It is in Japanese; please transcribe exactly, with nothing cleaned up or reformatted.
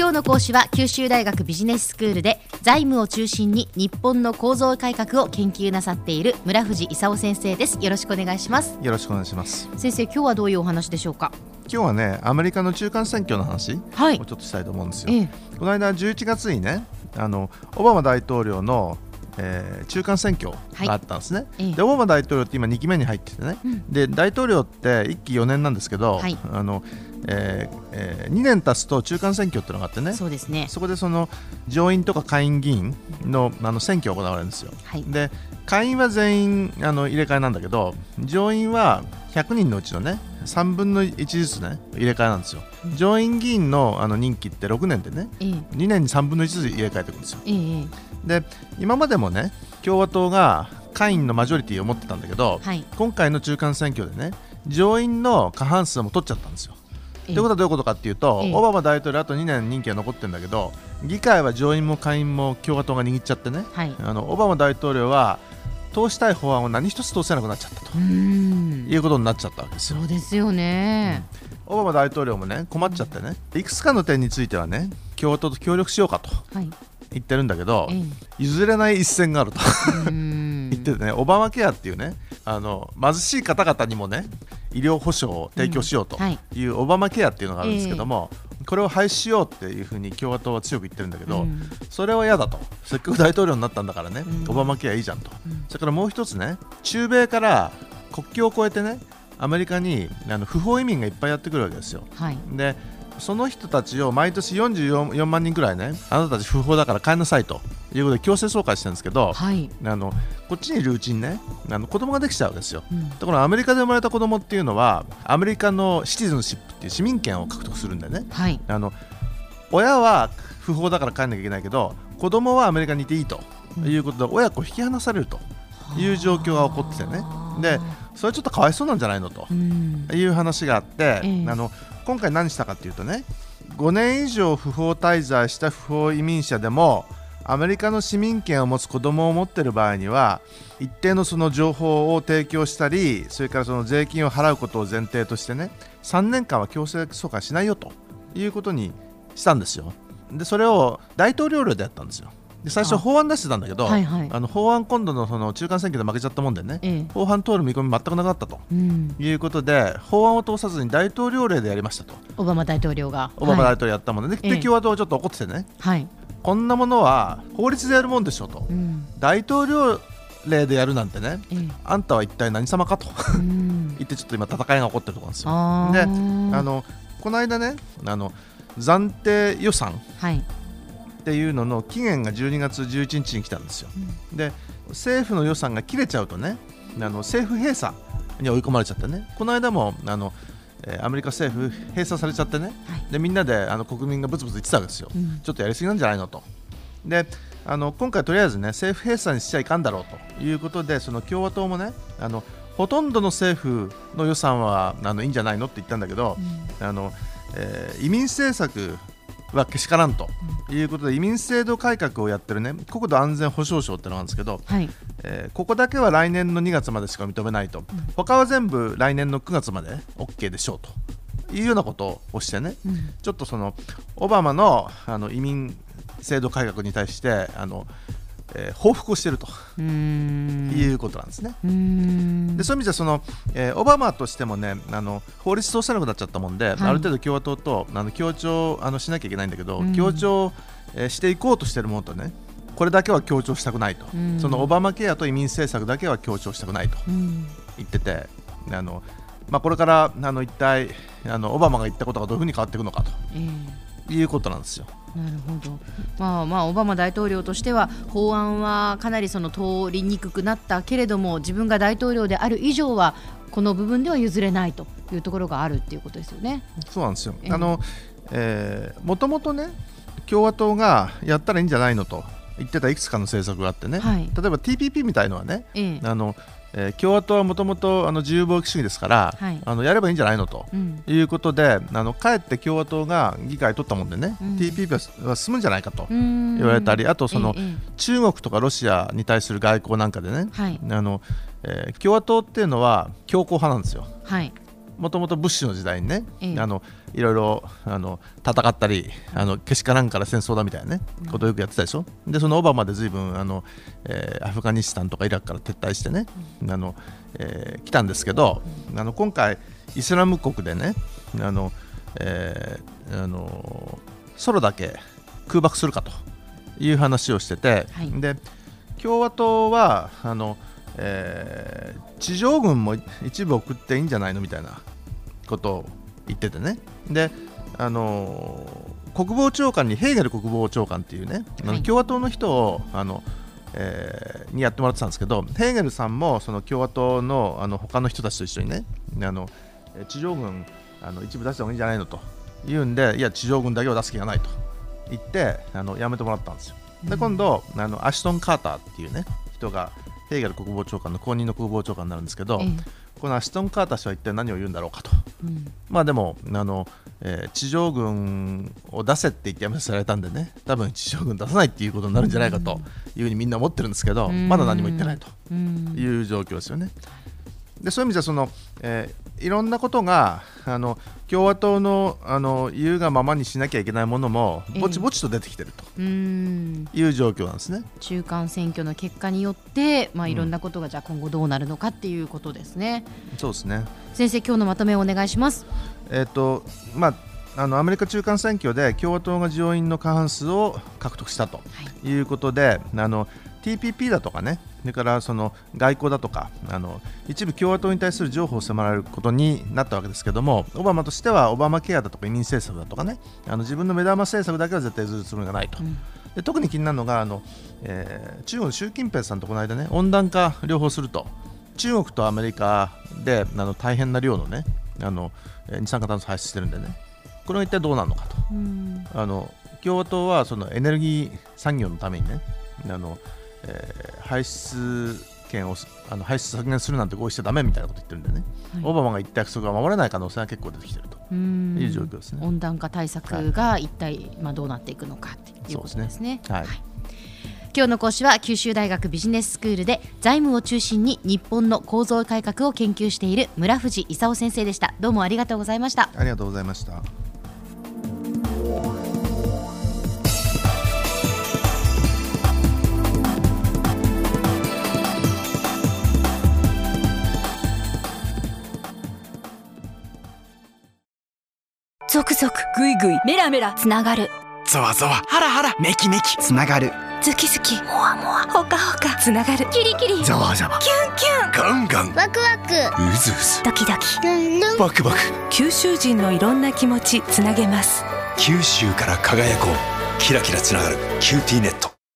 今日の講師は九州大学ビジネススクールで財務を中心に日本の構造改革を研究なさっている村藤勲先生です。よろしくお願いします。 よろしくお願いします。 先生、今日はどういうお話でしょうか？ 今日はね、アメリカの中間選挙の話をちょっとしたいと思うんですよ、 ええ、 この間じゅういちがつにね、あのオバマ大統領のえー、中間選挙があったんですね、はい、でオバマ大統領って今にきめに入っててね、うん、で大統領っていっきよねんなんですけど、はい、あのえーえー、にねん経つと中間選挙っていうのがあってね、 そうですね、 そこでその上院とか下院議員 の, あの選挙が行われるんですよ、はい、で下院は全員あの入れ替えなんだけど、上院はひゃくにんのうちのねさんぶんのいちずつね入れ替えなんですよ、うん、上院議員 の, あの任期ってろくねんでね、えー、にねんにさんぶんのいちずつ入れ替えていくんですよ、えー、で今までもね共和党が下院のマジョリティを持ってたんだけど、はい、今回の中間選挙でね上院の過半数も取っちゃったんですよ。ということはどういうことかっていうと、オバマ大統領あとにねん任期が残ってるんだけど、議会は上院も下院も共和党が握っちゃってね、はい、あのオバマ大統領は通したい法案を何一つ通せなくなっちゃったということになっちゃったわけですよ。 そうですよね、 うん、オバマ大統領もね困っちゃってね、いくつかの点についてはね共和党と協力しようかと言ってるんだけど、はい、譲れない一線があると言っててね、オバマケアっていうね、あの貧しい方々にもね医療保障を提供しようというオバマケアっていうのがあるんですけども、えー、これを廃止しようっていうふうに共和党は強く言ってるんだけど、うん、それは嫌だと、せっかく大統領になったんだからね、うん、オバマケアいいじゃんと、うん、それからもう一つね、中米から国境を越えてねアメリカにあの不法移民がいっぱいやってくるわけですよ、はい、でその人たちを毎年よんじゅうよんまんにんくらいね、あなたたち不法だから帰んなさいということで強制送還してるんですけど、はい、あのこっちにいるうちにねあの子供ができちゃうんですよ、うん、ところがアメリカで生まれた子供っていうのはアメリカのシティズンシップっていう市民権を獲得するんでね、はい、あの親は不法だから帰んなきゃいけないけど子供はアメリカにいていいということで、親子を引き離されるという状況が起こってね、でそれはちょっとかわいそうなんじゃないのという話があって、うん、あの今回何したかというとね、ごねん以上不法滞在した不法移民者でもアメリカの市民権を持つ子供を持っている場合には一定のその情報を提供したり、それからその税金を払うことを前提としてねさんねんかんは強制送還しないよということにしたんですよ。でそれを大統領令でやったんですよ。で最初法案出してたんだけど、はいはい、あの法案今度 の, その中間選挙で負けちゃったもんでね、ええ、法案通る見込み全くなかったと、うん、いうことで法案を通さずに大統領令でやりましたと。 オバマ大統領がオバマ大統領やったもんで、はい、で共和党はちょっと怒っててね、はい、こんなものは法律でやるもんでしょと、うん、大統領令でやるなんてね、ええ、あんたは一体何様かと、うん、言ってちょっと今戦いが起こってるところなんですよ。であのこの間ねあの暫定予算、はいっていうのの期限がじゅうにがつじゅういちにちに来たんですよ、うん、で政府の予算が切れちゃうとねあの政府閉鎖に追い込まれちゃってね、この間もあの、えー、アメリカ政府閉鎖されちゃってね、はい、でみんなであの国民がブツブツ言ってたんですよ、うん、ちょっとやりすぎなんじゃないのと。であの今回とりあえずね政府閉鎖にしちゃいかんだろうということで、その共和党もねあのほとんどの政府の予算はあのいいんじゃないのって言ったんだけど、うん、あのえー、移民政策はけしからんということで、移民制度改革をやってるね国土安全保障省ってのがあるんですけど、はいえー、ここだけは来年のにがつまでしか認めないと、うん、他は全部来年のくがつまで OK でしょうというようなことをしてね、うん、ちょっとそのオバマ の, あの移民制度改革に対してあの、えー、報復をしているということなんですね。うーんでそういう意味ではその、えー、オバマとしてもねあの法律通せなくなっちゃったもんで、はい、ある程度共和党とあの協調あのしなきゃいけないんだけど、協調、えー、していこうとしているものとねこれだけは強調したくないと、そのオバマケアと移民政策だけは強調したくないと言ってて、あの、まあ、これからあの一体あのオバマが言ったことがどういうふうに変わっていくのかと、えー、いうことなんですよ。 なるほど、まあまあ、オバマ大統領としては法案はかなりその通りにくくなったけれども、自分が大統領である以上はこの部分では譲れないというところがあるっていうことですよね。 そうなんですよ。あの、えー、もともとね共和党がやったらいいんじゃないのと言ってたいくつかの政策があってね、はい、例えば ティーピーピー みたいのはね、ええ、あのえー、共和党はもともと自由貿易主義ですから、はい、あのやればいいんじゃないのと、うん、いうことで、あのかえって共和党が議会取ったもんでね、うん、ティーピーピー は進むんじゃないかと言われたり、あとその、ええ、中国とかロシアに対する外交なんかでね、はい、あのえー、共和党っていうのは強硬派なんですよ、はい、 もともとブッシュの時代にね、ええ、あのいろいろあの戦ったりあのけしからんから戦争だみたいな、ね、ことをよくやってたでしょ。でそのオバマで随分あの、えー、アフガニスタンとかイラクから撤退してね、うん、あのえー、来たんですけど、うん、あの今回イスラム国でねあの、えー、あのソロだけ空爆するかという話をしてて、はい、で共和党はあの、えー、地上軍も一部送っていいんじゃないのみたいなことを言っててね。であの国防長官にヘーゲル国防長官っていうね、はい、共和党の人をあの、えー、にやってもらってたんですけど、ヘーゲルさんもその共和党 の, あの他の人たちと一緒にねあの地上軍あの一部出した方がいいんじゃないのと言うんで、いや地上軍だけを出す気がないと言ってあのやめてもらったんですよ。で今度あのアシュトン・カーターっていうね人がヘーゲル国防長官の後任の国防長官になるんですけど、ええ、このアシュトン・カーター氏は一体何を言うんだろうかと、うん、まあでもあの、えー、地上軍を出せって言ってやめさせられたんでね、多分地上軍出さないっていうことになるんじゃないかというふうにみんな思ってるんですけど、うん、まだ何も言ってないという状況ですよね。でそういう意味ではその、えー、いろんなことがあの共和党 の, あの言うがままにしなきゃいけないものもぼちぼちと出てきているという状況なんですね、えー、 中間選挙の結果によって、まあ、いろんなことがじゃあ今後どうなるのかっていうことですね、 うん、そうですね。 先生今日のまとめをお願いします。 えーとまああのアメリカ中間選挙で共和党が上院の過半数を獲得したということで、はい、あの ティーピーピー だとかね、それからその外交だとかあの一部共和党に対する譲歩を迫られることになったわけですけども、オバマとしてはオバマケアだとか移民政策だとかね、あの自分の目玉政策だけは絶対譲るつもりがないと、うん、で特に気になるのがあの、えー、中国の習近平さんとこの間ね温暖化両方すると、中国とアメリカであの大変な量のねあの二酸化炭素排出してるんでね、これは一体どうなるのかと、うん、あの共和党はそのエネルギー産業のためにねあのえー、排出権をあの排出削減するなんて合意しちゃダメみたいなこと言ってるんでね、はい、オバマが言った約束が守れない可能性が結構出てきているという状況ですね。 温暖化対策が一体、まあ、どうなっていくのかということですね。はいはい、今日の講師は九州大学ビジネススクールで財務を中心に日本の構造改革を研究している村藤勲先生でした。どうもありがとうございました。 ありがとうございました。 ゾクゾクグイグイメラメラつながる、 ゾワゾワハラハラメキメキつながる、 ズキズキモワモワホカホカつながる、キリキリザワザワキュンキュンガンガンワクワクウズウズドキドキルンルンバクバク、 九州人のいろんな気持ちつなげます。 九州から輝こう、キラキラつながるキューティーネット。